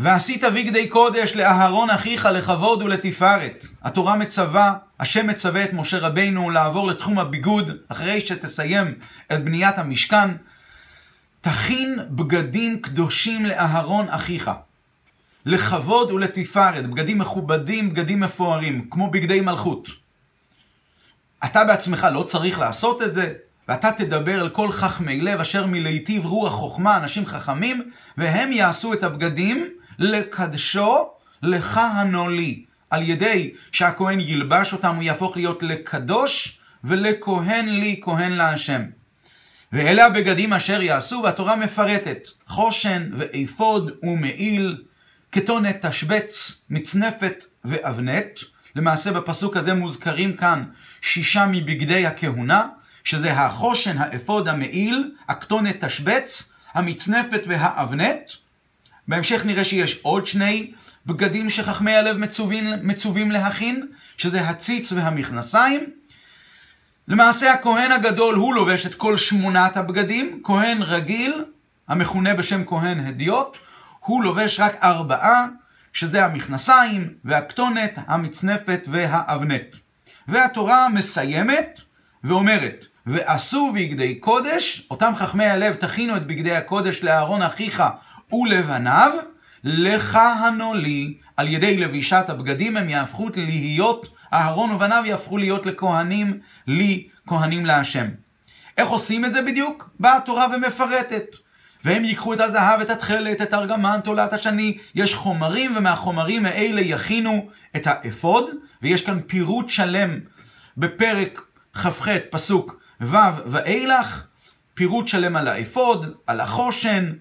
ועשית בגדי קודש לאהרון אחיך לכבוד ולתפארת. התורה מצווה, השם מצווה את משה רבינו לעבור לתחום הביגוד, אחרי שתסיים את בניית המשכן. תכין בגדים קדושים לאהרון אחיך, לכבוד ולתפארת, בגדים מכובדים, בגדים מפוארים, כמו בגדי מלכות. אתה בעצמך לא צריך לעשות את זה, ואתה תדבר אל כל חכמי לב אשר מלהיטיב רוח חוכמה, אנשים חכמים, והם יעשו את הבגדים לקדשו לך הנולי. על ידי שהכהן ילבש אותם הוא יהפוך להיות לקדוש ולכהן לי, כהן להשם. ואלה הבגדים אשר יעשו, והתורה מפרטת: חושן ואפוד ומעיל, כתונת, תשבץ, מצנפת ואבנת. למעשה בפסוק הזה מוזכרים כאן 6 מבגדי הכהונה, שזה החושן, האפוד, המעיל, הכתונת, תשבץ, המצנפת והאבנת. בהמשך נראה שיש עוד 2 בגדים שחכמי הלב מצווים להכין, שזה הציץ והמכנסיים. למעשה הכהן הגדול הוא לובש את כל 8 הבגדים. כהן רגיל, המכונה בשם כהן הדיוט, הוא לובש רק 4, שזה המכנסיים והכתונת, המצנפת והאבנת. והתורה מסיימת ואומרת: ועשו בגדי קודש, אותם חכמי הלב תכינו את בגדי הקודש לאהרון אחיך ולבניו, לך הנולי. על ידי לבישת הבגדים הם יהפכו להיות, אהרון ובניו יהפכו להיות לכהנים לי, כהנים להשם. איך עושים את זה בדיוק? באה התורה ומפרטת. והם ייקחו את הזהב, את התכלת, את ארגמן, תולעת השני. יש חומרים, ומהחומרים האלה יכינו את האפוד, ויש כאן פירוט שלם בפרק כ"ח פסוק ו' ואילך, פירוט שלם על האפוד, על החושן,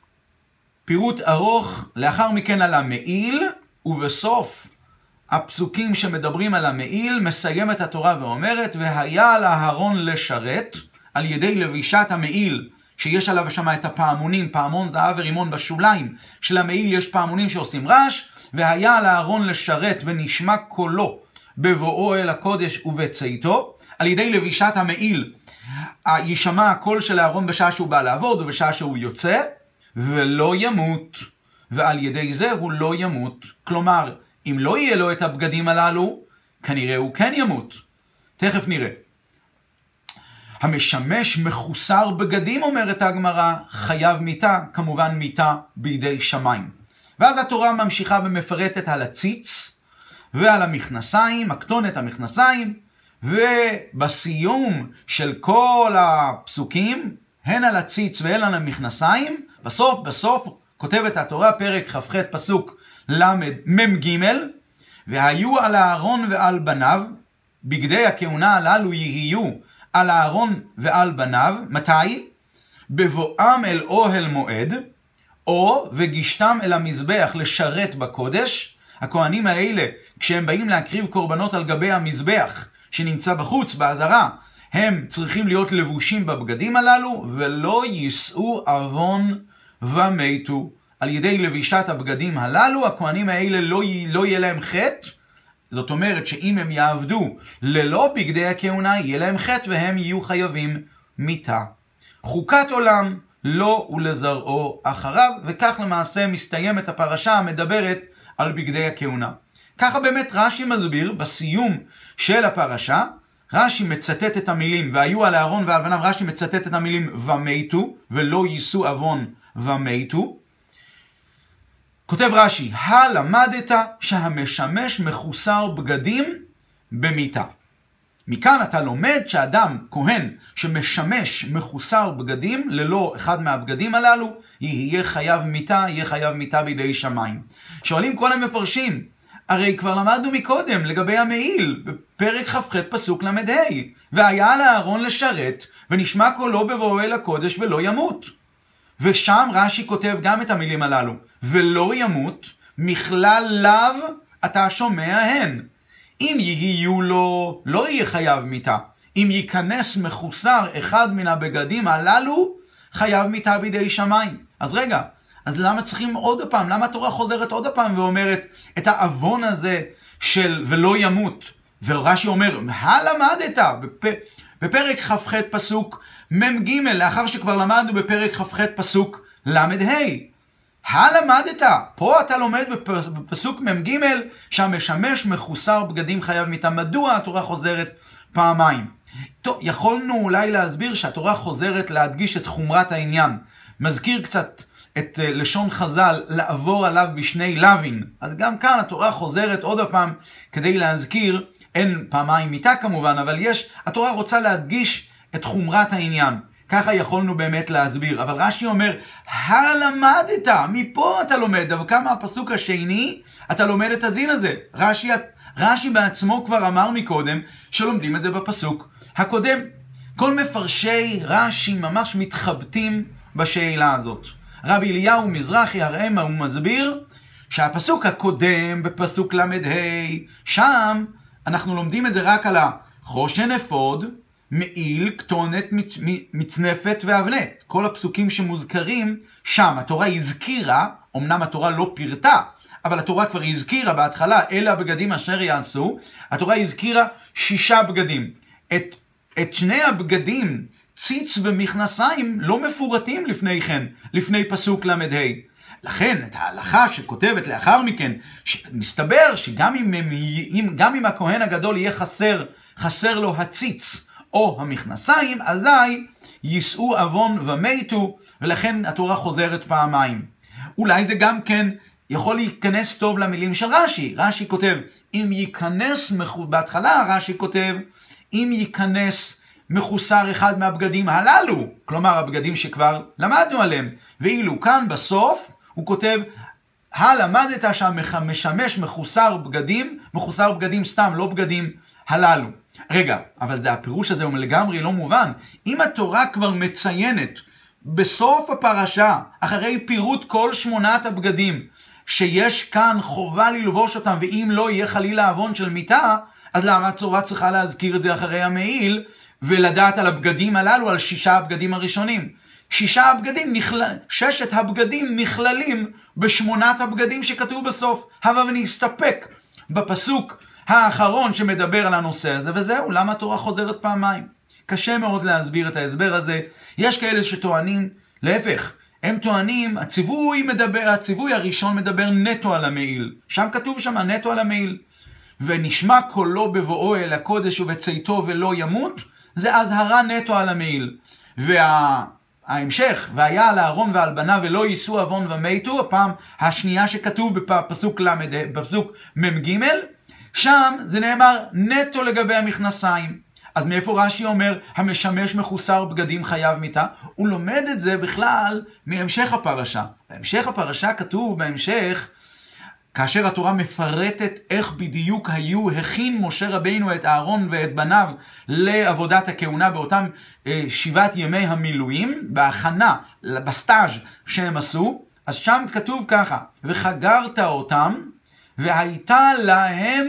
פירוט ארוך לאחר מכן על המעיל, ובסוף הפסוקים שמדברים על המעיל מסיימת התורה ואומרת: והיה על אהרון לשרת, על ידי לבישת המעיל, שיש עליו שם את הפעמונים, פעמון זהב ורימון בשוליים של המעיל, יש פעמונים שעושים רעש. והיה על אהרון לשרת ונשמע קולו בבואו אל הקודש ובצאתו. על ידי לבישת המעיל יישמע הקול של אהרון בשעה שהוא בא לעבוד ובשעה שהוא יוצא, ולא ימות. ועל ידי זה הוא לא ימות. כלומר, אם לא יהיה לו את הבגדים הללו, כנראה הוא כן ימות. תכף נראה. המשמש מחוסר בגדים, אומרת הגמרא, חייב מיתה, כמובן מיתה בידי שמיים. ואז התורה ממשיכה ומפרטת על הציץ ועל המכנסיים, הכתונת, המכנסיים, ובסיום של כל הפסוקים, הן על הציץ והן על המכנסיים, בסוף כותבת התורה פרק כ"ח פסוק למ"ג: והיו על אהרון ועל בניו, בגדי הכהונה הללו יהיו על אהרון ועל בניו, מתי? בבואם אל אוהל מועד, או וגישתם אל המזבח לשרת בקודש. הכהנים האלה, כשהם באים להקריב קורבנות על גבי המזבח שנמצא בחוץ בעזרה, הם צריכים להיות לבושים בבגדים הללו, ולא יישאו עוון ומתו. על ידי לבישת הבגדים הללו, הכהנים האלה לא יהיה להם חטא. זאת אומרת שאם הם יעבדו ללא בגדי הכהונה, יהיה להם חטא והם יהיו חייבים מיתה. חוקת עולם לא ולזרעו אחריו. וכך למעשה מסתיימת הפרשה המדברת על בגדי הכהונה. ככה באמת רש"י מסביר בסיום של הפרשה. רש"י מצטט את המילים והיו על אהרון ועל בניו, רש"י מצטט את המילים ומתו, ולא יישאו עוון ומתו. כותב רש"י: הלמדת שהמשמש מחוסר בגדים במיתה. מכאן אתה לומד שאדם כהן שמשמש מחוסר בגדים, ללא אחד מהבגדים הללו, יהיה חייב מיתה, יהיה חייב מיתה בידי שמיים. שואלים כל המפרשים, הרי כבר למדנו מקודם לגבי המעיל, בפרק כ"ח פסוק ל"ה: והיה על אהרון לשרת ונשמע קולו בבואו אל הקודש ולא ימות. ושם רש"י כותב גם את המילים הללו, ולא ימות, מכלל לאו אתה שומע הן. אם יהיו לו, לא יהיה חייב מיתה. אם ייכנס מחוסר אחד מן הבגדים הללו, חייב מיתה בידי שמיים. אז רגע, אז למה צריכים עוד פעם? למה התורה חוזרת עוד פעם ואומרת את העוון הזה של ולא ימות? ורש"י אומר, הלמדת בפרק כ"ח פסוק מ"ג, לאחר שכבר למדנו בפרק כ"ח פסוק ל"ה. הלמדת, פה אתה לומד בפסוק מ"ג שהמשמש מחוסר בגדים חייב מיתה. מדוע התורה חוזרת פעמיים? טוב, יכולנו אולי להסביר שהתורה חוזרת להדגיש את חומרת העניין. מזכיר קצת את לשון חז"ל, לעבור עליו בשני לוין. אז גם כאן התורה חוזרת עוד הפעם כדי להזכיר, אין פעמיים מיתה כמובן, אבל התורה רוצה להדגיש את חומרת העניין. ככה יכולנו באמת להסביר. אבל רש"י אומר, הלמדת, מפה אתה לומד. דווקא מהפסוק השני, אתה לומד את הדין הזה. רש"י בעצמו כבר אמר מקודם, שלומדים את זה בפסוק הקודם. כל מפרשי רש"י ממש מתחבטים בשאלה הזאת. רבי אליהו מזרחי הרמ"א הוא מסביר, שהפסוק הקודם בפסוק ל"ה, שם אנחנו לומדים את זה רק על החושן אפוד, מעיל, כתונת, מצנפת ואבנת. כל הפסוקים שמוזכרים שם, התורה הזכירה, אמנם התורה לא פירטה, אבל התורה כבר הזכירה בהתחלה, אלה הבגדים אשר יעשו, התורה הזכירה 6 בגדים. את שני הבגדים, ציץ ומכנסיים, לא מפורטים לפני כן, לפני פסוק ל"ה. לכן, את ההלכה שכותבת לאחר מכן, מסתבר שגם אם הכהן הגדול יהיה חסר לו הציץ או המכנסיים, אזי יישאו עוון ומתו, ולכן התורה חוזרת פעמיים. אולי זה גם כן יכול להיכנס טוב למילים של רש"י. רש"י כותב, אם ייכנס, בהתחלה רש"י כותב, אם ייכנס מחוסר אחד מהבגדים הללו, כלומר הבגדים שכבר למדנו עליהם, ואילו כאן בסוף הוא כותב, הלמדת שהמשמש מחוסר בגדים סתם, לא בגדים הללו. רגע, אבל הפירוש הזה הוא לגמרי לא מובן. אם התורה כבר מציינת בסוף הפרשה, אחרי פירוט כל 8 הבגדים, שיש כאן חובה ללבוש אותם, ואם לא יהיה חלילה עוון של מיתה, אז למה התורה צריכה להזכיר את זה אחרי המעיל, ולדעת על הבגדים הללו, על 6 הבגדים הראשונים? 6 הבגדים נכללים ב8 הבגדים שכתוב בסוף. הבה ונסתפק בפסוק האחרון שמדבר על הנושא הזה, וזהו, למה התורה חוזרת פעמיים? קשה מאוד להסביר את ההסבר הזה. יש כאלה שטוענים, להפך, הם טוענים, הציווי הראשון מדבר נטו על המעיל. שם כתוב שם נטו על המעיל. ונשמע קולו בבואו אל הקודש ובצאתו ולא ימות, זה הזהרה נטו על המעיל. ההמשך, והיה על אהרון ועל בניו ולא יישאו עוון ומתו, הפעם השנייה שכתוב בפסוק מ"ג, שם זה נאמר נטו לגבי המכנסיים. אז מאיפה רש"י אומר, המשמש מחוסר בגדים חייב מיתה? הוא לומד את זה בכלל מהמשך הפרשה. בהמשך הפרשה כתוב בהמשך, כאשר התורה מפרטת איך בדיוק הכין משה רבינו את אהרון ואת בניו לעבודת הכהונה באותם 7 ימי המילואים, בהכנה, בסטאז' שהם עשו, אז שם כתוב ככה, וחגרת אותם, והייתה להם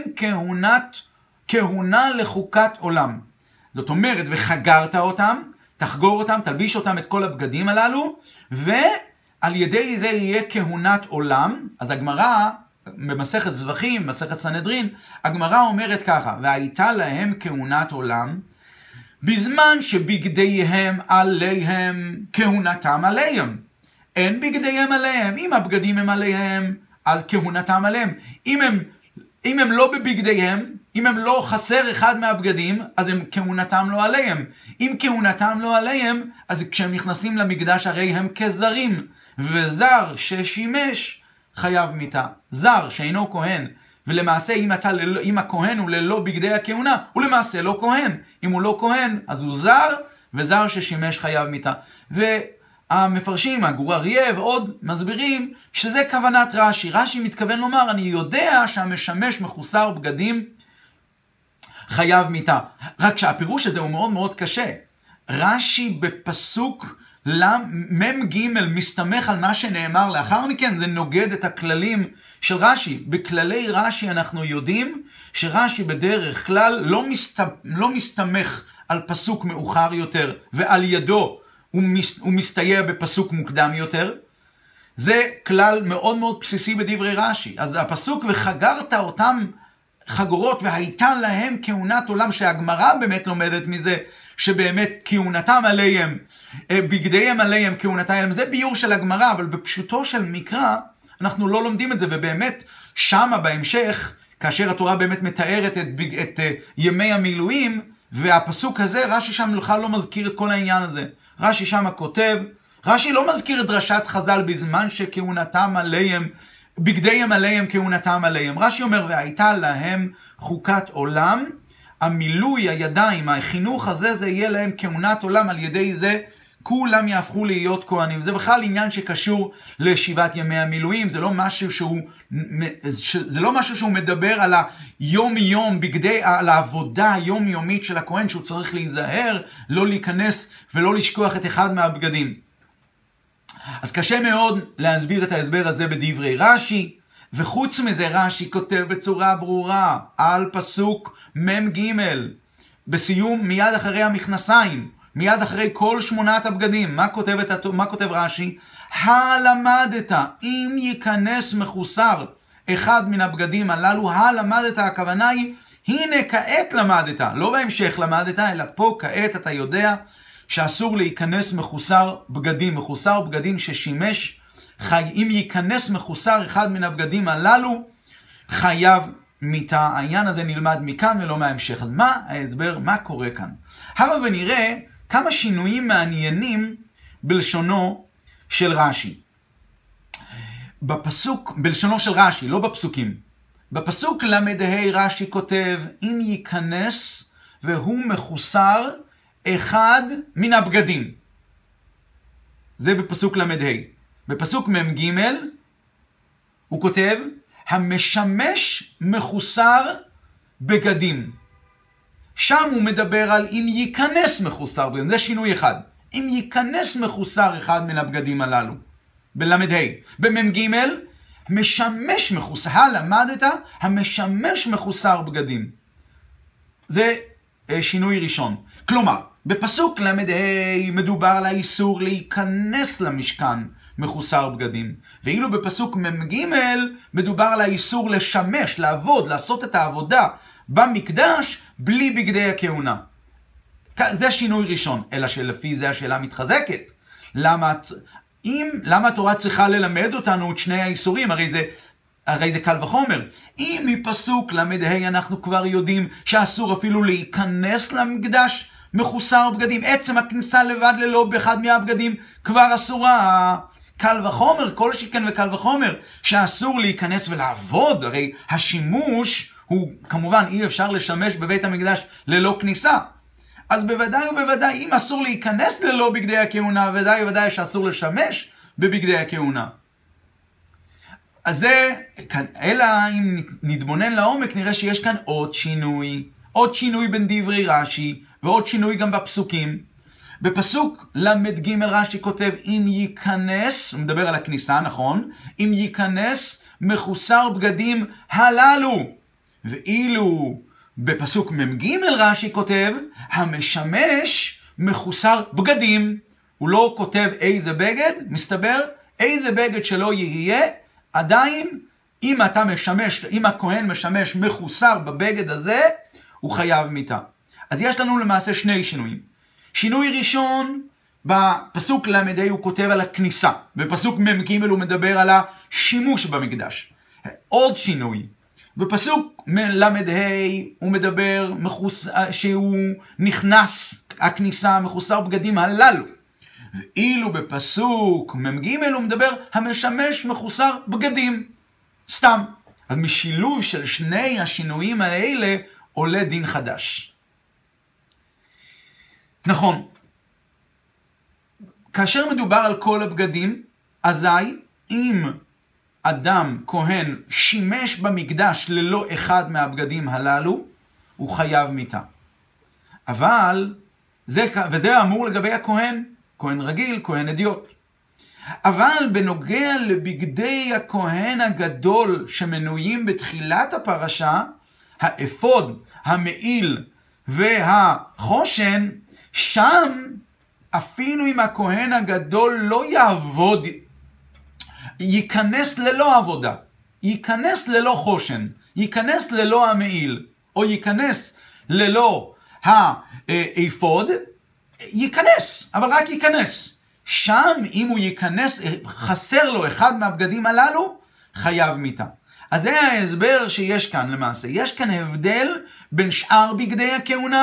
כהונה לחוקת עולם. זאת אומרת, וחגרת אותם, תחגור אותם, תלביש אותם את כל הבגדים הללו, ועל ידי זה יהיה כהונת עולם. אז הגמרא, במסכת זבחים, במסכת סנהדרין, הגמרא אומרת ככה, והייתה להם כהונת עולם, בזמן שבגדיהם עליהם, כהונתם עליהם. אין בגדיהם עליהם, אם הבגדים הם עליהם, אז כהונתם עליהם. אם הם לא בבגדיהם, אם הם לא חסר אחד מהבגדים, אז הם כהונתם לא עליהם. אם כהונתם לא עליהם, אז כשהם נכנסים למקדש הרי הם כזרים, וזר ששימש חייב מיתה. זר שאינו כהן, ולמעשה אם הכהן הוא ללא בגדי הכהונה, הוא למעשה לא כהן. אם הוא לא כהן, אז הוא זר, וזר ששימש חייב מיתה. המפרשים, הגור אריה ועוד מסבירים שזה כוונת רש"י. רש"י מתכוון לומר, אני יודע שהמשמש מחוסר בגדים חייב מיתה. רק שהפירוש הזה הוא מאוד מאוד קשה. רש"י בפסוק מ"ג מסתמך על מה שנאמר לאחר מכן, זה נוגד את הכללים של רש"י. בכללי רש"י אנחנו יודעים שרש"י בדרך כלל לא מסתמך על פסוק מאוחר יותר, ועל ידו הוא מסתייע בפסוק מוקדם יותר. זה כלל מאוד מאוד בסיסי בדברי רש"י. אז הפסוק וחגרת אותם חגורות והייתה להם כהונת עולם, שהגמרא באמת לומדת מזה שבאמת כהונתם עליהם, בגדיהם עליהם כהונתה עליהם. זה ביור של הגמרא, אבל בפשוטו של מקרא אנחנו לא לומדים את זה, ובאמת שמה בהמשך, כאשר התורה באמת מתארת את ימי המילואים, והפסוק הזה, רש"י שם בכלל לא מזכיר את כל העניין הזה. רש"י שם כותב, רש"י לא מזכיר את דרשת חז"ל בזמן שכהונתם עליהם, בגדיהם עליהם כהונתם עליהם. רש"י אומר, והייתה להם חוקת עולם, המילוי הידיים, החינוך הזה, זה יהיה להם כהונת עולם, על ידי זה כולם יהפכו להיות כהנים. זה בכלל עניין שקשור לשבעת ימי המילואים, זה לא משהו שהוא מדבר על היום-יום, על העבודה היומיומית של הכהן, שהוא צריך להיזהר, לא להיכנס ולא לשכוח את אחד מהבגדים. אז קשה מאוד להסביר את ההסבר הזה בדברי רש"י, וחוץ מזה רש"י כותב בצורה ברורה על פסוק מ"ג, בסיום מיד אחרי המכנסיים, מיד אחרי כל 8 הבגדים. מה כותב רש"י? הלמדת, אם ייכנס מחוסר אחד מן הבגדים הללו, הלמדת, הכוונה היא, הנה כעת למדת, לא בהמשך למדת, אלא פה כעת אתה יודע שאסור להיכנס מחוסר בגדים, מחוסר בגדים ששימש, אם ייכנס מחוסר אחד מן הבגדים הללו, חייב מיתה. העניין הזה נלמד מכאן ולא מההמשך. אז מה ההסבר, מה קורה כאן? הבה ונראה כמה שינויים מעניינים בלשונו של רש"י. בפסוק, בלשונו של רש"י, לא בפסוקים. בפסוק למ"ה רש"י כותב, אם ייכנס והוא מחוסר אחד מן הבגדים. זה בפסוק למ"ה. בפסוק מ"ג הוא כותב, המשמש מחוסר בגדים. שם הוא מדבר על אם ייכנס מחוסר בגדים. זה שינוי אחד. אם ייכנס מחוסר אחד מן הבגדים הללו. בל"ה. במ"ג, משמש מחוסר. למדת, המשמש מחוסר בגדים. זה שינוי ראשון. כלומר, בפסוק למ"ה מדובר על האיסור להיכנס למשכן מחוסר בגדים. ואילו בפסוק מ"ג מדובר על האיסור לשמש, לעבוד, לעשות את העבודה במקדש בלי בגדי הכהונה. זה שינוי ראשון, אלא שלפי זה השאלה מתחזקת. למה התורה צריכה ללמד אותנו את שני האיסורים? הרי זה קל וחומר. אם מפסוק למ"ה אנחנו כבר יודעים שאסור אפילו להיכנס למקדש מחוסר בגדים, עצם הכניסה לבד ללא באחד מהבגדים כבר אסורה. קל וחומר, כל שכן וקל וחומר, שאסור להיכנס ולעבוד. הרי השימוש הוא כמובן אי אפשר לשמש בבית המקדש ללא כניסה. אז בוודאי ובוודאי, אם אסור להיכנס ללא בגדי הכהונה, ודאי ובוודאי שאסור לשמש בבגדי הכהונה. אז זה, אלא אם נתבונן לעומק, נראה שיש כאן עוד שינוי בין דברי רש"י, ועוד שינוי גם בפסוקים. בפסוק למ"ג רש"י כותב, אם ייכנס, הוא מדבר על הכניסה, נכון? אם ייכנס מחוסר בגדים הללו. ואילו בפסוק מ"ג רש"י כותב, המשמש מחוסר בגדים. הוא לא כותב איזה בגד, מסתבר, איזה בגד שלא יהיה, עדיין, אם הכהן משמש מחוסר בבגד הזה, הוא חייב מיתה. אז יש לנו למעשה שני שינויים. שינוי ראשון, בפסוק למ"ה הוא כותב על הכניסה. בפסוק מ"ג הוא מדבר על השימוש במקדש. עוד שינוי. בפסוק למ"ה הוא מדבר שהוא נכנס, הכניסה מחוסר בגדים הללו. ואילו בפסוק מ"ג הוא מדבר המשמש מחוסר בגדים. סתם. אז משילוב של שני השינויים האלה עולה דין חדש. נכון. כאשר מדובר על כל הבגדים, אזי אם אדם כהן שימש במקדש ללא אחד מהבגדים הללו, הוא חייב מיתה. אבל, וזה אמור לגבי הכהן, כהן רגיל, כהן אדיוט. אבל בנוגע לבגדי הכהן הגדול שמנויים בתחילת הפרשה, האפוד, המעיל והחושן, שם אפילו אם הכהן הגדול לא יעבוד, ייכנס ללא עבודה, ייכנס ללא חושן, ייכנס ללא המעיל, או ייכנס ללא האפוד, ייכנס, אבל רק ייכנס. שם, אם הוא ייכנס, חסר לו אחד מהבגדים הללו, חייב מיתה. אז זה ההסבר שיש כאן למעשה. יש כאן הבדל בין שאר בגדי הכהונה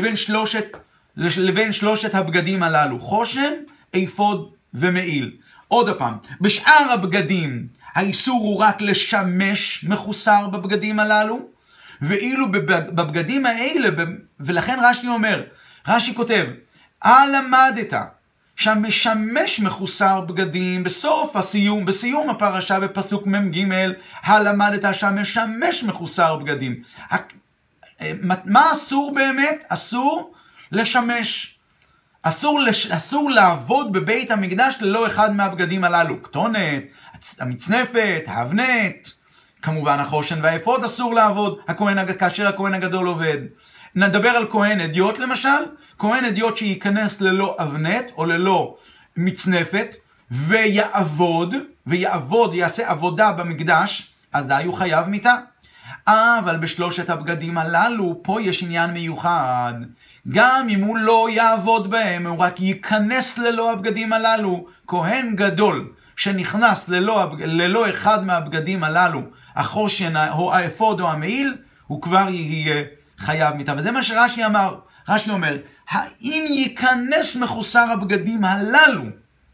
לבין שלושת הבגדים הללו. חושן, אפוד ומעיל. עוד פעם, בשאר הבגדים האיסור הוא רק לשמש מחוסר בבגדים הללו, ואילו בבגדים האלה, ולכן רש"י אומר, רש"י כותב, למדת שהמשמש מחוסר בגדים, בסיום הפרשה בפסוק מ"ג, למדת שהמשמש מחוסר בגדים. מה אסור באמת? אסור לשמש. אסור לעבוד בבית המקדש ללא אחד מהבגדים הללו. כתונת, המצנפת, האבנת, כמובן החושן והאפוד אסור לעבוד, כאשר הכהן הגדול עובד. נדבר על כהן אדיוט למשל, כהן אדיוט שייכנס ללא אבנת או ללא מצנפת, ויעבוד, יעשה עבודה במקדש, אז הוא חייב מיתה. אבל בשלושת הבגדים הללו, פה יש עניין מיוחד. גם אם הוא לא יעבוד בהם, הוא רק ייכנס ללא הבגדים הללו. כהן גדול שנכנס ללא אחד מהבגדים הללו, החושן או האפוד או המעיל, הוא כבר יהיה חייב מיתה. וזה מה שרש"י אמר. רש"י אומר, האם ייכנס מחוסר הבגדים הללו?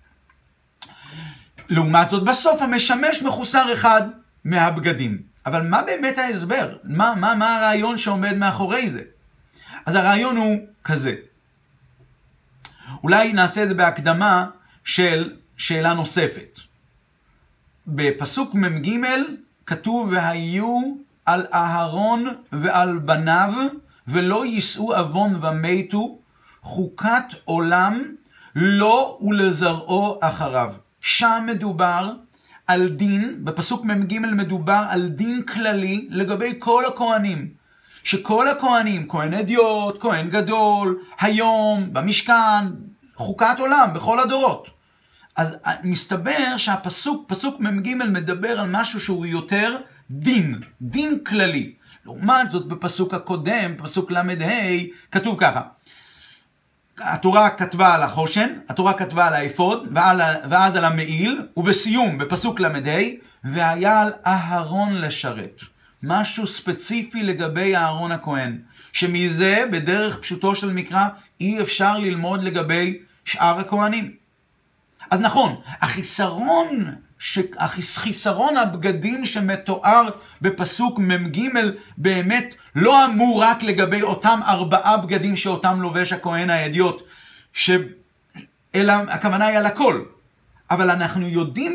לעומת זאת, בסוף המשמש מחוסר אחד מהבגדים. אבל מה באמת ההסבר? מה הרעיון שעומד מאחורי זה? אז הרעיון הוא כזה. אולי נעשה את זה בהקדמה של שאלה נוספת. בפסוק מ"ג כתוב, והיו על אהרון ועל בניו, ולא יישאו עוון ומתו, חוקת עולם לא ולזרעו אחריו. שם מדובר על דין, בפסוק מ"ג מדובר על דין כללי לגבי כל הכהנים. שכל הכהנים, כהן אדיוט, כהן גדול, היום, במשכן, חוקת עולם, בכל הדורות. אז מסתבר שהפסוק, פסוק מ"ג מדבר על משהו שהוא יותר דין כללי. לעומת זאת בפסוק הקודם, פסוק ל"ה, כתוב ככה. התורה כתבה על החושן, התורה כתבה על האפוד, ואז על המעיל, ובסיום, בפסוק ל"ה, והיה על אהרון לשרת. משהו ספציפי לגבי אהרון הכהן, שמזה, בדרך פשוטו של מקרא, אי אפשר ללמוד לגבי שאר הכהנים. אז נכון, חיסרון הבגדים שמתואר בפסוק מ"ג באמת לא אמור רק לגבי אותם 4 בגדים שאותם לובש הכהן האדיוט, אלא הכוונה היא על הכל. אבל אנחנו יודעים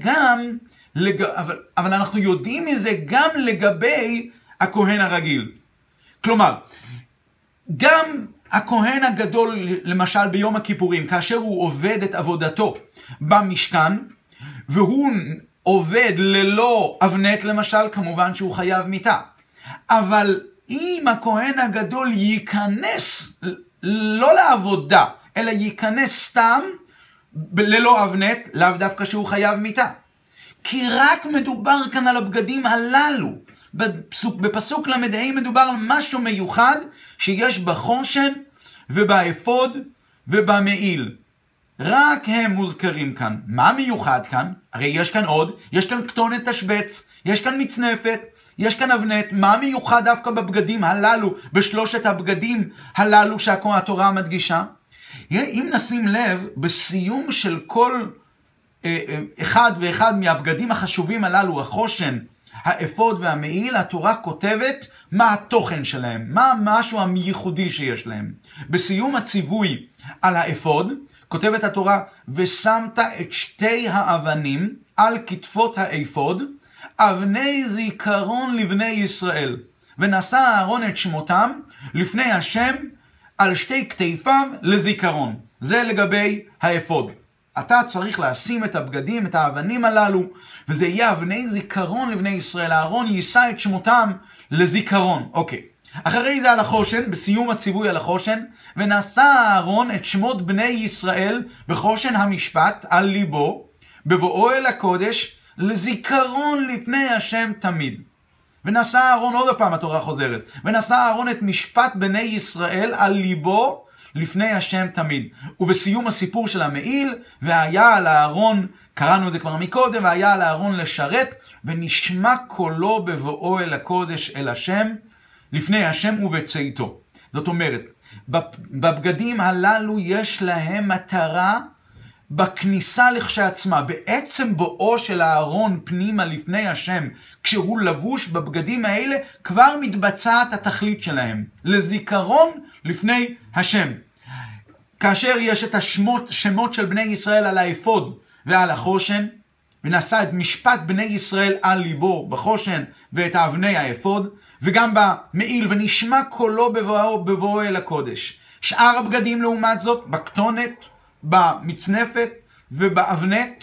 מזה גם לגבי הכהן הרגיל. כלומר, גם הכהן הגדול, למשל ביום הכיפורים, כאשר הוא עובד את עבודתו במשכן, והוא עובד ללא אבנת למשל, כמובן שהוא חייב מיתה. אבל אם הכהן הגדול ייכנס לא לעבודה, אלא ייכנס סתם ללא אבנת, לאו דווקא שהוא חייב מיתה. כי רק מדובר כאן על הבגדים הללו. בפסוק ל"ה מדובר על משהו מיוחד שיש בחושן ובאפוד ובמעיל. רק הם מוזכרים כאן. מה מיוחד כאן? הרי יש כאן עוד, יש כאן כתונת תשבץ, יש כאן מצנפת, יש כאן אבנת. מה מיוחד דווקא בבגדים הללו, בשלושת הבגדים הללו שהתורה מדגישה? אם נשים לב, בסיום של כל אחד ואחד מהבגדים החשובים הללו, החושן, האפוד והמעיל, התורה כותבת מה התוכן שלהם, מה המשהו הייחודי שיש להם. בסיום הציווי על האפוד, כותבת התורה, ושמת את 2 האבנים על כתפות האפוד, אבני זיכרון לבני ישראל. ונשא אהרון את שמותם לפני השם על 2 כתפיו לזיכרון. זה לגבי האפוד. אתה צריך לשים את הבגדים, את האבנים הללו, וזה יהיה אבני זיכרון לבני ישראל. אהרון יישא את שמותם לזיכרון. אוקיי. אחרי זה על החושן, בסיום הציווי על החושן, ונשא אהרון את שמות בני ישראל בחושן המשפט על ליבו, בבואו אל הקודש, לזיכרון לפני השם תמיד. ונשא אהרון, עוד הפעם התורה חוזרת, ונשא אהרון את משפט בני ישראל על ליבו לפני השם תמיד. ובסיום הסיפור של המעיל, והיה על אהרון, קראנו את זה כבר מקודם, והיה על אהרון לשרת, ונשמע קולו בבואו אל הקודש אל השם, לפני השם ובצאתו. זאת אומרת, בבגדים הללו יש להם מטרה בכניסה לכשעצמה. בעצם בואו של אהרון פנימה לפני השם, כשהוא לבוש בבגדים האלה, כבר מתבצעת התכלית שלהם, לזיכרון לפני השם. כאשר יש את השמות של בני ישראל על האפוד ועל החושן, ונשא את משפט בני ישראל על ליבו בחושן ואת אבני האפוד, וגם במעיל, ונשמע קולו בבואו אל הקודש. שאר הבגדים לעומת זאת, בכתונת, במצנפת ובאבנת,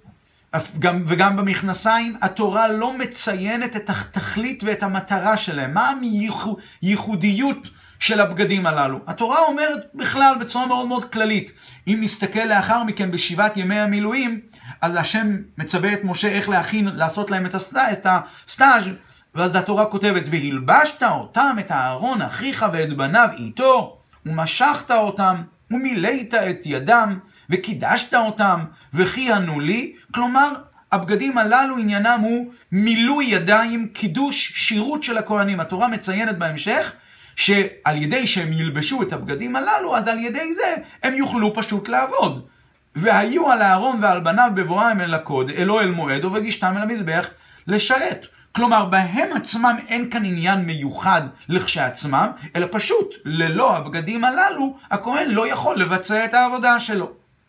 וגם במכנסיים, התורה לא מציינת את התכלית ואת המטרה שלהם. מה הייחודיות של הבגדים הללו? התורה אומרת בכלל בצורה מאוד מאוד כללית. אם נסתכל לאחר מכן בשבעת ימי המילואים, אז השם מצווה את משה איך לעשות להם את הסטאז', ואז התורה כותבת, והלבשת אותם, את אהרון אחיך ואת בניו איתו, ומשכת אותם, ומילאת את ידם, וקידשת אותם, וכיהנו לי. כלומר, הבגדים הללו עניינם הוא מילוי ידיים, קידוש, שירות של הכהנים. התורה מציינת בהמשך, שעל ידי שהם ילבשו את הבגדים הללו, אז על ידי זה הם יוכלו פשוט לעבוד. והיו על אהרון ועל בניו בבואם אל אוהל מועד, ובגישתם אל המזבח לשרת. כלומר, בהם עצמם אין כאן עניין מיוחד לכשעצמם, אלא פשוט, ללא הבגדים הללו, הכהן לא יכול לבצע את העבודה שלו.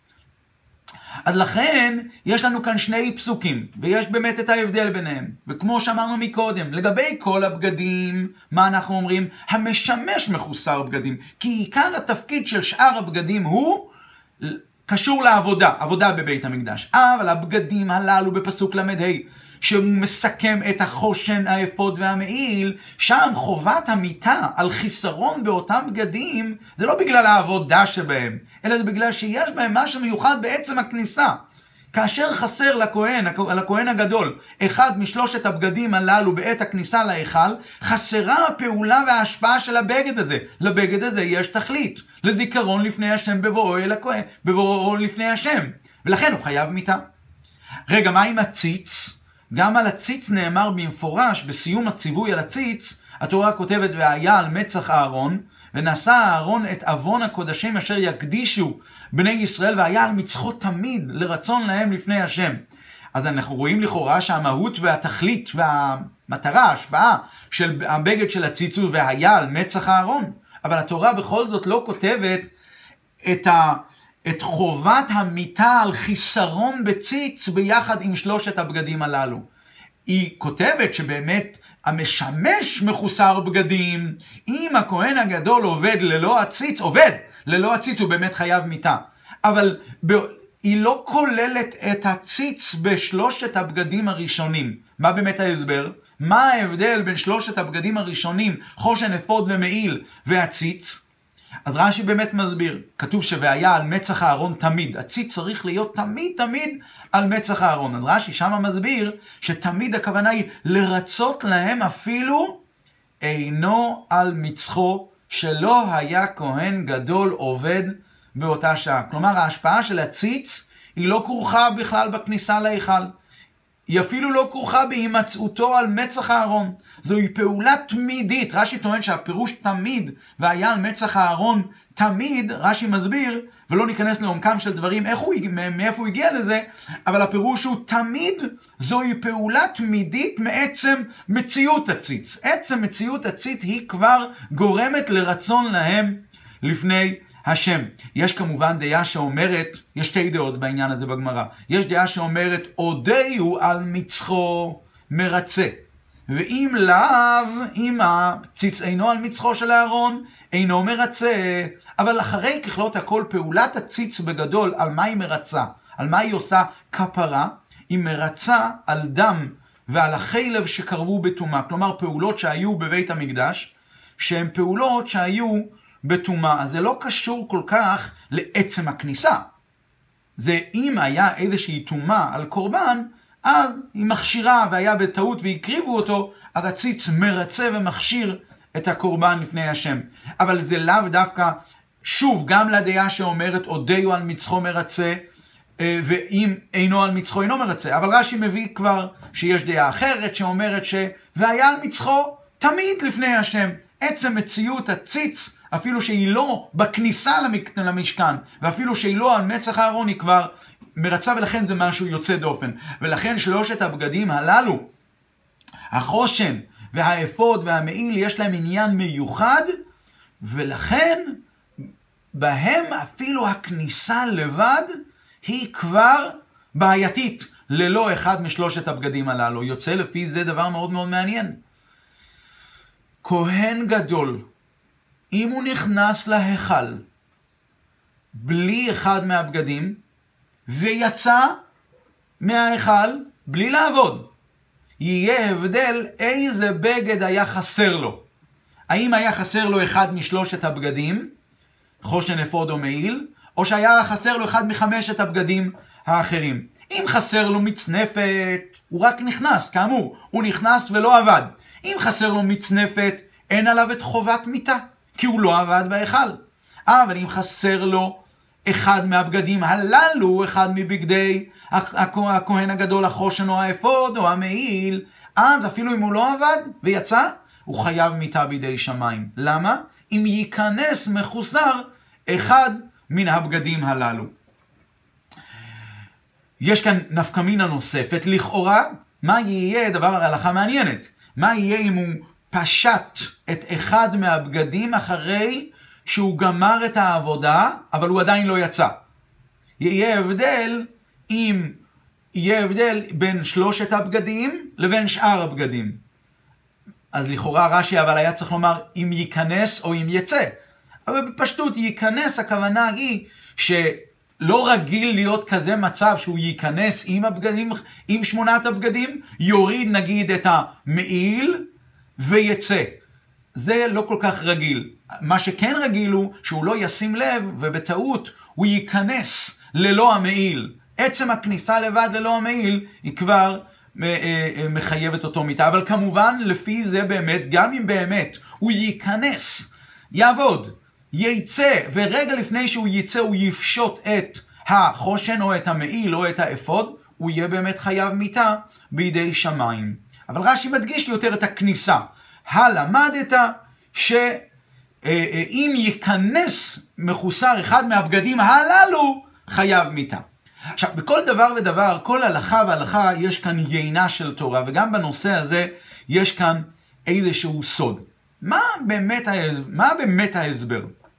אז לכן, יש לנו כאן שני פסוקים, ויש באמת את ההבדל ביניהם. וכמו שאמרנו מקודם, לגבי כל הבגדים, מה אנחנו אומרים? המשמש מחוסר בגדים. כי עיקר התפקיד של שאר הבגדים הוא קשור לעבודה, עבודה בבית המקדש. אבל הבגדים הללו בפסוק למד שהוא מסכם את החושן, האפוד והמעיל, שם חובת המיטה על חיסרון באותם בגדים, זה לא בגלל העבודה שבהם, אלא זה בגלל שיש בהם משהו מיוחד בעצם הכניסה. כאשר חסר לכהן הגדול אחד משלושת הבגדים הללו בעת הכניסה להיכל, חסרה הפעולה וההשפעה של הבגד הזה. לבגד הזה יש תכלית, לזיכרון לפני השם בבואו לפני השם, ולכן הוא חייב מיטה. רגע, מה עם הציץ? גם על הציץ נאמר במפורש, בסיום הציווי על הציץ, התורה כותבת, והיה על מצח אהרון, ונשא אהרון את אבון הקודשים אשר יקדישו בני ישראל, והיה על מצחו תמיד לרצון להם לפני השם. אז אנחנו רואים לכאורה שהמהות והתכלית והמטרה, ההשפעה של הבגד של הציץ הוא והיה על מצח אהרון. אבל התורה בכל זאת לא כותבת את חובת המיטה על חיסרון בציץ ביחד עם שלושת הבגדים הללו. היא כותבת שבאמת המשמש מחוסר בגדים, אם הכהן הגדול עובד ללא הציץ, הוא באמת חייב מיטה. אבל היא לא כוללת את הציץ בשלושת הבגדים הראשונים. מה באמת ההסבר? מה ההבדל בין שלושת הבגדים הראשונים, חושן, אפוד ומעיל, והציץ? אז רש"י באמת מסביר, כתוב שהיה על מצח אהרון תמיד, הציץ צריך להיות תמיד על מצח אהרון. אז רש"י שם מסביר שתמיד הכוונה היא לרצות להם אפילו אינו על מצחו, שלא היה כהן גדול עובד באותה שעה. כלומר, ההשפעה של הציץ היא לא כרוכה בכלל בכניסה להיכל. היא אפילו לא כרוכה בהימצאותו על מצח אהרון. זוהי פעולה תמידית. רש"י טוען שהפירוש תמיד, והיה על מצח אהרון תמיד, רש"י מסביר, ולא ניכנס לעומקם של דברים, מאיפה הוא הגיע לזה, אבל הפירוש הוא תמיד, זוהי פעולה תמידית מעצם מציאות הציץ. עצם מציאות הציץ היא כבר גורמת לרצון להם לפני השם. יש כמובן דעה שאומרת, יש שתי דעות בעניין הזה בגמרא. יש דעה שאומרת, עודהו על מצחו מרצה. ואם לאו, אם הציץ אינו על מצחו של אהרון, אינו מרצה. אבל אחרי ככלות הכל, פעולת הציץ בגדול, על מה היא מרצה? על מה היא עושה כפרה? היא מרצה על דם ועל החלב שקרבו בטומאה. כלומר, פעולות שהיו בבית המקדש, שהן פעולות שהיו בטומאה. אז זה לא קשור כל כך לעצם הכניסה. זה אם היה איזושהי טומאה על קורבן, אז היא מכשירה והיה בטעות והקריבו אותו, אז הציץ מרצה ומכשיר את הקורבן לפני השם. אבל זה לאו דווקא, שוב, גם לדעה שאומרת עודהו על מצחו מרצה, ואם אינו על מצחו אינו מרצה. אבל רש"י מביא כבר שיש דעה אחרת שאומרת והיה על מצחו תמיד לפני השם. עצם מציאות הציץ, אפילו שהיא לא בכניסה למשכן, ואפילו שהיא לא על מצח הארון, היא כבר מרצה, ולכן זה משהו יוצא דופן. ולכן שלושת הבגדים הללו, החושן והאפוד והמעיל, יש להם עניין מיוחד, ולכן בהם אפילו הכניסה לבד היא כבר בעייתית, ללא אחד משלושת הבגדים הללו. יוצא לפי זה דבר מאוד מאוד מעניין. כהן גדול, אם הוא נכנס להיכל בלי אחד מהבגדים, ויצא מההיכל בלי לעבוד, יהיה הבדל איזה בגד היה חסר לו. האם היה חסר לו אחד משלושת הבגדים, חושן, אפוד או מעיל, או שהיה חסר לו אחד מחמשת הבגדים האחרים. אם חסר לו מצנפת, הוא רק נכנס, כאמור, הוא נכנס ולא עבד. אם חסר לו מצנפת, אין עליו את חובת מיטה, כי הוא לא עבד בהיכל. אבל אם חסר לו אחד מהבגדים הללו, אחד מבגדי הכהן הגדול, החושן או האפוד או המעיל, אז אפילו אם הוא לא עבד ויצא, הוא חייב מיטה בידי שמיים. למה? אם ייכנס מחוסר אחד מן הבגדים הללו. יש כאן נפקא מינה נוספת, לכאורה, מה יהיה, דבר הלכה מעניינת, מה יהיה אם הוא פשט את אחד מהבגדים אחרי שהוא גמר את העבודה, אבל הוא עדיין לא יצא. יהיה הבדל בין שלושת הבגדים לבין שאר הבגדים. אז לכאורה רש"י אבל היה צריך לומר אם ייכנס או אם יצא. אבל בפשטות ייכנס, הכוונה היא שלא רגיל להיות כזה מצב שהוא ייכנס עם הבגדים, עם שמונת הבגדים, יוריד נגיד את המעיל ויצא. זה לא כל כך רגיל. מה שכן רגיל הוא שהוא לא ישים לב ובטעות הוא ייכנס ללא המעיל. עצם הכניסה לבד ללא המעיל היא כבר מחייבת אותו מיטה. אבל כמובן לפי זה באמת, גם אם באמת הוא ייכנס, יעבוד, ייצא, ורגע לפני שהוא ייצא הוא יפשוט את החושן או את המעיל או את האפוד, הוא יהיה באמת חייב מיטה בידי שמיים. אבל רש"י מדגיש יותר את הכניסה. הלמדת שאם ייכנס מחוסר אחד מהבגדים הללו, חייב מיטה. עכשיו, בכל דבר ודבר, כל הלכה והלכה, יש כאן יינה של תורה, וגם בנושא הזה יש כאן איזשהו סוד. מה באמת ההסבר?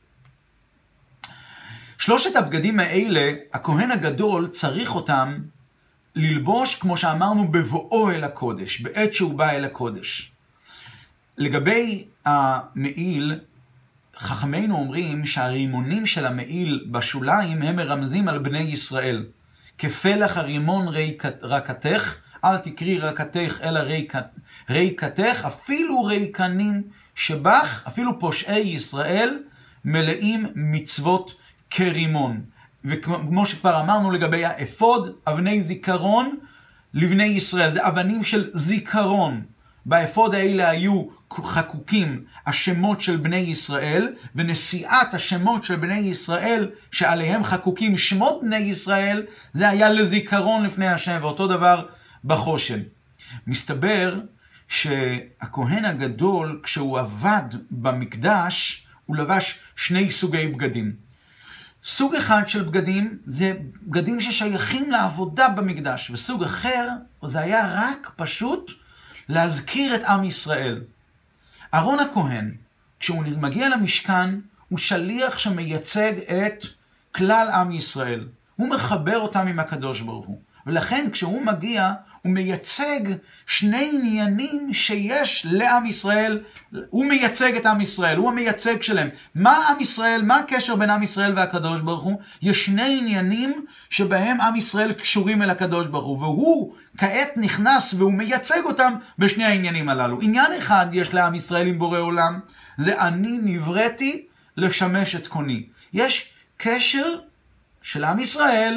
שלושת הבגדים האלה, הכהן הגדול צריך אותם ללבוש, כמו שאמרנו, בבואו אל הקודש, בעת שהוא בא אל הקודש. לגבי המעיל, חכמינו אומרים שהרימונים של המעיל בשוליים הם מרמזים על בני ישראל. כפלח הרימון רקתך, אל תקרי רקתך אלא ריקתך, אפילו ריקנים שבך, אפילו פושעי ישראל מלאים מצוות כרימון. וכמו שכבר אמרנו לגבי האפוד, אבני זיכרון לבני ישראל, זה אבנים של זיכרון. באפוד האלה היו חקוקים השמות של בני ישראל, ונשיאת השמות של בני ישראל, שעליהם חקוקים שמות בני ישראל, זה היה לזיכרון לפני השם, ואותו דבר בחושן. מסתבר שהכהן הגדול, כשהוא עבד במקדש, הוא לבש שני סוגי בגדים. סוג אחד של בגדים זה בגדים ששייכים לעבודה במקדש, וסוג אחר זה היה רק פשוט להזכיר את עם ישראל. אהרון הכהן, כשהוא מגיע למשכן, הוא שליח שמייצג את כלל עם ישראל. הוא מחבר אותם עם הקדוש ברוך הוא. ולכן כשהוא מגיע, הוא מייצג שני עניינים שיש לעם ישראל. הוא מייצג את עם ישראל, הוא המייצג שלהם. מה עם ישראל, מה הקשר בין עם ישראל והקדוש ברוך הוא? יש שני עניינים שבהם עם ישראל קשורים אל הקדוש ברוך הוא. והוא כעת נכנס והוא מייצג אותם בשני העניינים הללו. עניין אחד יש לעם ישראל עם בורא עולם, זה אני נבראתי לשמש את קוני. יש קשר של עם ישראל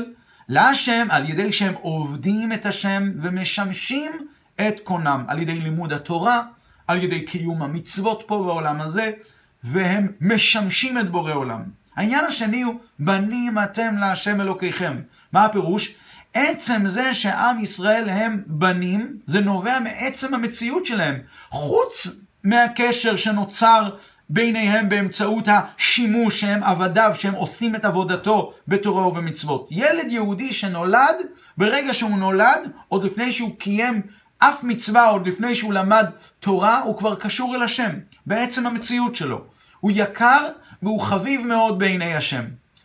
להשם על ידי שהם עובדים את השם ומשמשים את קונם, על ידי לימוד התורה, על ידי קיום המצוות פה בעולם הזה, והם משמשים את בורא עולם. העניין השני הוא, בנים אתם להשם אלוקיכם. מה הפירוש? עצם זה שעם ישראל הם בנים, זה נובע מעצם המציאות שלהם. חוץ מהקשר שנוצר ביניהם באמצעות השימוש שהם עבדיו, שהם עושים את עבודתו בתורה ובמצוות. ילד יהודי שנולד, ברגע שהוא נולד, עוד לפני שהוא קיים אף מצווה, עוד לפני שהוא למד תורה, הוא כבר קשור אל השם, בעצם המציאות שלו. הוא יקר והוא חביב מאוד בעיני השם.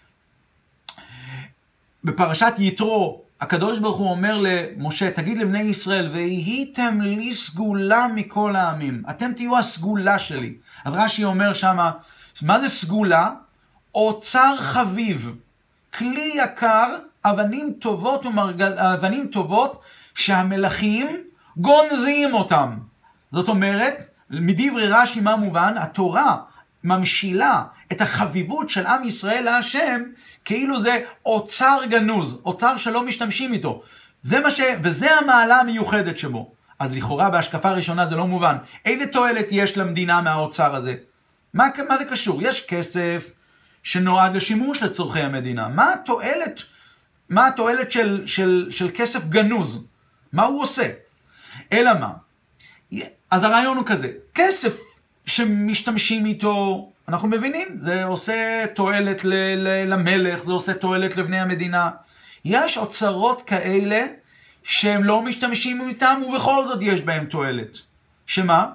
בפרשת יתרו, הקדוש ברוך הוא אומר למשה, תגיד לבני ישראל, והייתם לי סגולה מכל העמים. אתם תהיו הסגולה שלי. אז רש"י אומר שמה, מה זה סגולה? אוצר חביב, כלי יקר, אבנים טובות שהמלכים גונזים אותם. זאת אומרת, מדברי רש"י מה מובן? התורה ממשילה את החביבות של עם ישראל להשם, כאילו זה אוצר גנוז, אוצר שלא משתמשים איתו. וזה המעלה המיוחדת שבו. אז לכאורה בהשקפה הראשונה זה לא מובן. איזה תועלת יש למדינה מהאוצר הזה? מה זה קשור? יש כסף שנועד לשימוש לצורכי המדינה. מה התועלת של כסף גנוז? מה הוא עושה? אלא מה? אז הרעיון הוא כזה, כסף שמשתמשים איתו, אנחנו מבינים, זה עושה תועלת למלך, זה עושה תועלת לבני המדינה. יש אוצרות כאלה שהם לא משתמשים איתם, ובכל זאת יש בהם תועלת. שמה?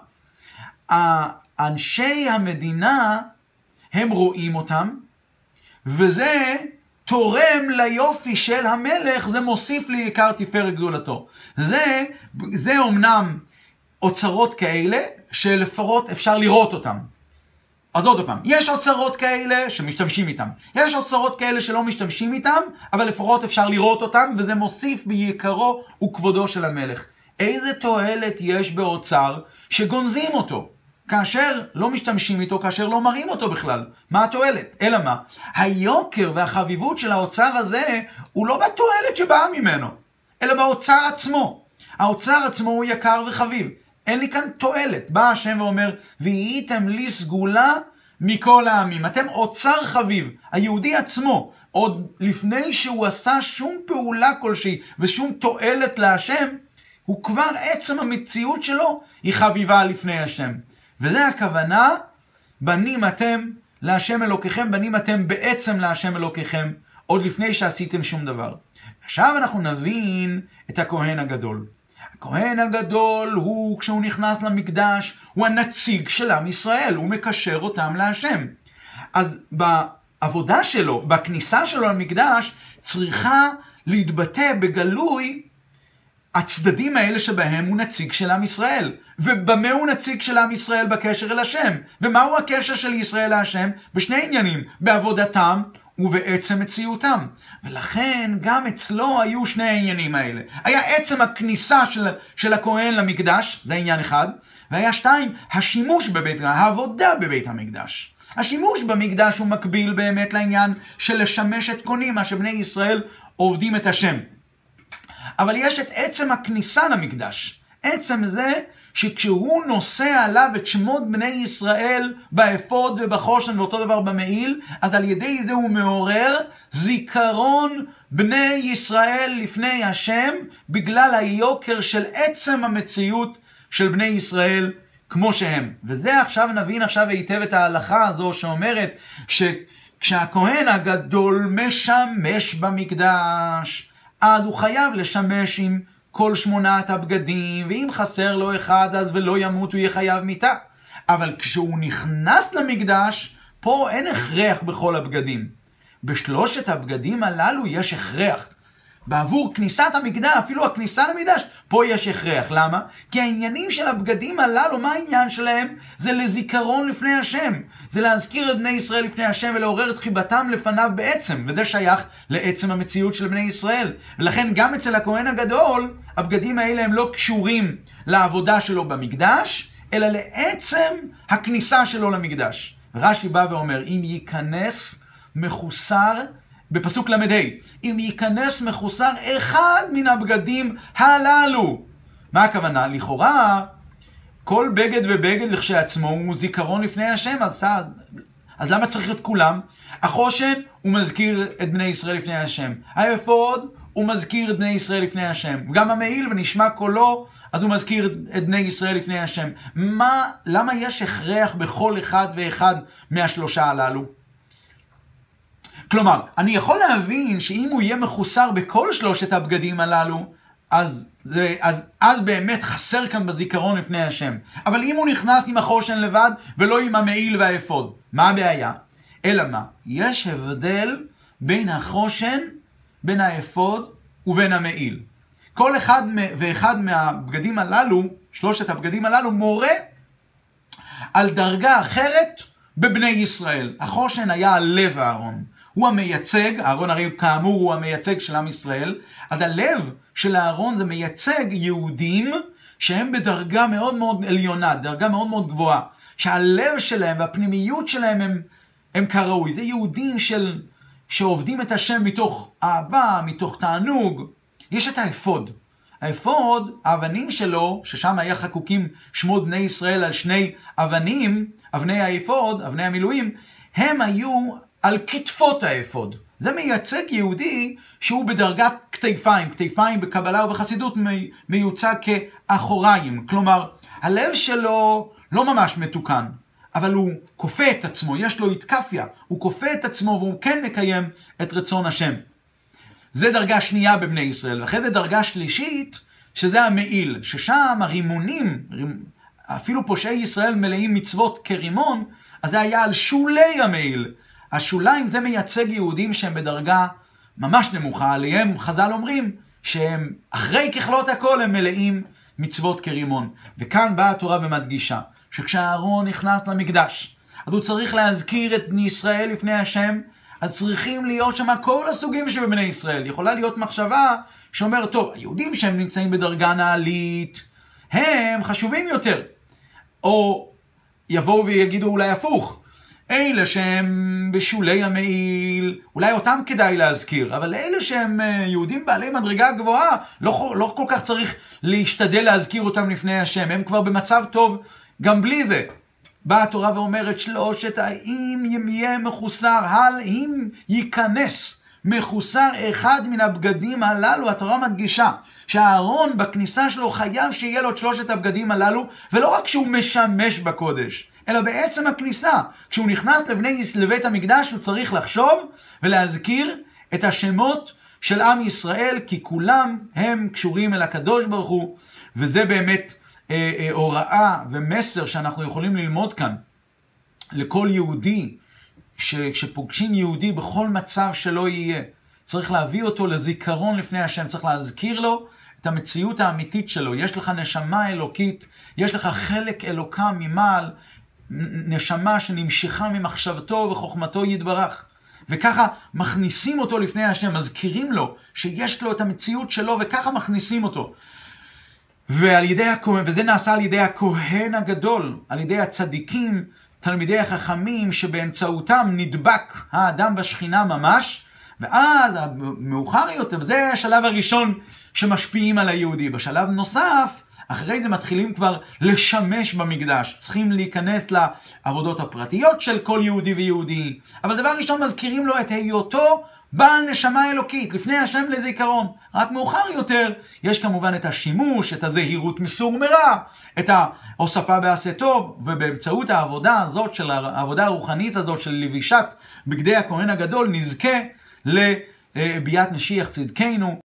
אנשי המדינה, הם רואים אותם, וזה תורם ליופי של המלך, זה מוסיף ליקר תפארת גדולתו. זה אומנם אוצרות כאלה, שלפחות אפשר לראות אותם. אז עוד פעם, יש אוצרות כאלה שמשתמשים איתם. יש אוצרות כאלה שלא משתמשים איתם, אבל לפחות אפשר לראות אותם, וזה מוסיף ביקרו וכבודו של המלך. איזה תועלת יש באוצר שגונזים אותו, כאשר לא משתמשים איתו, כאשר לא מראים אותו בכלל? מה התועלת? אלא מה? היוקר והחביבות של האוצר הזה, הוא לא בתועלת שבאה ממנו, אלא באוצר עצמו. האוצר עצמו הוא יקר וחביב. אין לי כאן תועלת. בא השם ואומר, והייתם לי סגולה מכל העמים. אתם אוצר חביב. היהודי עצמו, עוד לפני שהוא עשה שום פעולה כלשהי, ושום תועלת להשם, הוא כבר עצם המציאות שלו, היא חביבה לפני השם. וזה הכוונה, בנים אתם להשם אלוקיכם, בנים אתם בעצם להשם אלוקיכם, עוד לפני שעשיתם שום דבר. עכשיו אנחנו נבין את הכהן הגדול. הכהן הגדול הוא, כשהוא נכנס למקדש, הוא הנציג של עם ישראל, הוא מקשר אותם להשם. אז בעבודה שלו, בכניסה שלו למקדש, צריכה להתבטא בגלוי הצדדים האלה שבהם הוא נציג של עם ישראל. ובמה הוא נציג של עם ישראל בקשר אל השם? ומהו הקשר של ישראל להשם? בשני עניינים, בעבודתם ובעצם מציאותם. ולכן גם אצלו היו שני העניינים האלה. היה עצם הכניסה של הכהן למקדש, זה עניין אחד, והיה שתיים, השימוש בבית, העבודה בבית המקדש. השימוש במקדש הוא מקביל באמת לעניין של לשמש את קונים, מה שבני ישראל עובדים את השם. אבל יש את עצם הכניסה למקדש. עצם זה שכשהוא נושא עליו את שמות בני ישראל באפוד ובחושן ואותו דבר במעיל, אז על ידי זה הוא מעורר זיכרון בני ישראל לפני השם, בגלל היוקר של עצם המציאות של בני ישראל כמו שהם. וזה עכשיו נבין עכשיו היטב את ההלכה הזו שאומרת שכשהכהן הגדול משמש במקדש, אז הוא חייב לשמש עם כל 8 הבגדים, ואם חסר לו אחד אז ולא ימות הוא יהיה חייב מיתה. אבל כשהוא נכנס למקדש, פה אין הכרח בכל הבגדים. בשלושת הבגדים הללו יש הכרח. בעבור כניסת המקדש, אפילו הכניסה למקדש, פה יש הכרח. למה? כי העניינים של הבגדים הללו, מה העניין שלהם? זה לזיכרון לפני השם. זה להזכיר את בני ישראל לפני השם ולעורר את חיבתם לפניו בעצם. וזה שייך לעצם המציאות של בני ישראל. ולכן גם אצל הכהן הגדול, הבגדים האלה הם לא קשורים לעבודה שלו במקדש, אלא לעצם הכניסה שלו למקדש. רש"י בא ואומר, אם ייכנס מחוסר בפסוק למ"ה, אם ייכנס מחוסר אחד מן הבגדים הללו. מה הכוונה? לכאורה, כל בגד ובגד לכשעצמו הוא זיכרון לפני השם, אז למה צריך את כולם? החושן הוא מזכיר את בני ישראל לפני השם. האפוד הוא מזכיר את בני ישראל לפני השם. גם המעיל ונשמע קולו, אז הוא מזכיר את בני ישראל לפני השם. למה יש הכרח בכל אחד ואחד מהשלושה הללו? כלומר, אני יכול להבין שאם הוא יהיה מחוסר בכל שלושת הבגדים הללו, אז באמת חסר כאן בזיכרון לפני השם. אבל אם הוא נכנס עם החושן לבד ולא עם המעיל והאפוד, מה הבעיה? אלא מה? יש הבדל בין החושן, בין האפוד ובין המעיל. כל אחד ואחד מהבגדים הללו, שלושת הבגדים הללו, מורה על דרגה אחרת בבני ישראל. החושן היה הלב הארון. הוא המייצג, הארון הרי כאמור הוא המייצג של עם ישראל, אז הלב של הארון זה מייצג יהודים שהם בדרגה מאוד מאוד עליונה, דרגה מאוד מאוד גבוהה, שהלב שלהם והפנימיות שלהם הם כראוי. זה יהודים שעובדים את השם מתוך אהבה, מתוך תענוג. יש את האפוד. האפוד, האבנים שלו, ששם היה חקוקים שמות בני ישראל על שני אבנים, אבני האפוד, אבני המילואים, הם היו על כתפות האפוד. זה מייצג יהודי שהוא בדרגת כתפיים. כתפיים בקבלה ובחסידות מיוצג כאחוריים. כלומר, הלב שלו לא ממש מתוקן, אבל הוא כופה את עצמו, יש לו התקפיה. הוא כופה את עצמו והוא כן מקיים את רצון השם. זה דרגה שנייה בבני ישראל. ואחרי זה דרגה שלישית, שזה המעיל, ששם הרימונים, אפילו פושעי ישראל מלאים מצוות כרימון, אז זה היה על שולי המעיל. השוליים זה מייצג יהודים שהם בדרגה ממש נמוכה, עליהם חז"ל אומרים שהם אחרי ככלות הכל הם מלאים מצוות כרימון. וכאן באה התורה ומדגישה שכשהארון נכנס למקדש, אז הוא צריך להזכיר את בני ישראל לפני השם, אז צריכים להיות שם כל הסוגים שבבני ישראל. יכולה להיות מחשבה שאומר, טוב, היהודים שהם נמצאים בדרגה נעלית, הם חשובים יותר. או יבואו ויגידו אולי הפוך, אלה שהם בשולי המעיל, אולי אותם כדאי להזכיר, אבל אלה שהם יהודים בעלי מדרגה גבוהה, לא כל כך צריך להשתדל להזכיר אותם לפני השם, הם כבר במצב טוב גם בלי זה. באה התורה ואומרת שלושת, אם יהיה מחוסר, אם ייכנס מחוסר אחד מן הבגדים הללו, התורה מדגישה שהארון בכניסה שלו חייב שיהיה לו את שלושת הבגדים הללו, ולא רק שהוא משמש בקודש, אלא בעצם הכניסה. כשהוא נכנס לבית המקדש הוא צריך לחשוב ולהזכיר את השמות של עם ישראל, כי כולם הם קשורים אל הקדוש ברוך הוא, וזה באמת הוראה ומסר שאנחנו יכולים ללמוד כאן לכל יהודי, שפוגשים יהודי בכל מצב שלא יהיה, צריך להביא אותו לזיכרון לפני השם, צריך להזכיר לו את המציאות האמיתית שלו. יש לך נשמה אלוקית, יש לך חלק אלוקה ממעל, נשמה שנמשכה ממחשבתו וחוכמתו יתברך. וככה מכניסים אותו לפני השם, מזכירים לו שיש לו את המציאות שלו, וככה מכניסים אותו. וזה נעשה על ידי הכהן הגדול, על ידי הצדיקים, תלמידי החכמים, שבאמצעותם נדבק האדם בשכינה ממש, ואז מאוחר יותר, זה השלב הראשון שמשפיעים על היהודי. בשלב נוסף, אחרי זה מתחילים כבר לשמש במקדש. צריכים להיכנס לעבודות הפרטיות של כל יהודי ויהודי. אבל דבר ראשון מזכירים לו את היותו בעל נשמה אלוקית, לפני השם לזיכרון. רק מאוחר יותר יש כמובן את השימוש, את הזהירות מסור מרע, את ההוספה בעשה טוב, ובאמצעות העבודה הזאת, של העבודה הרוחנית הזאת של לבישת בגדי הכהן הגדול, נזכה לביאת משיח צדקנו.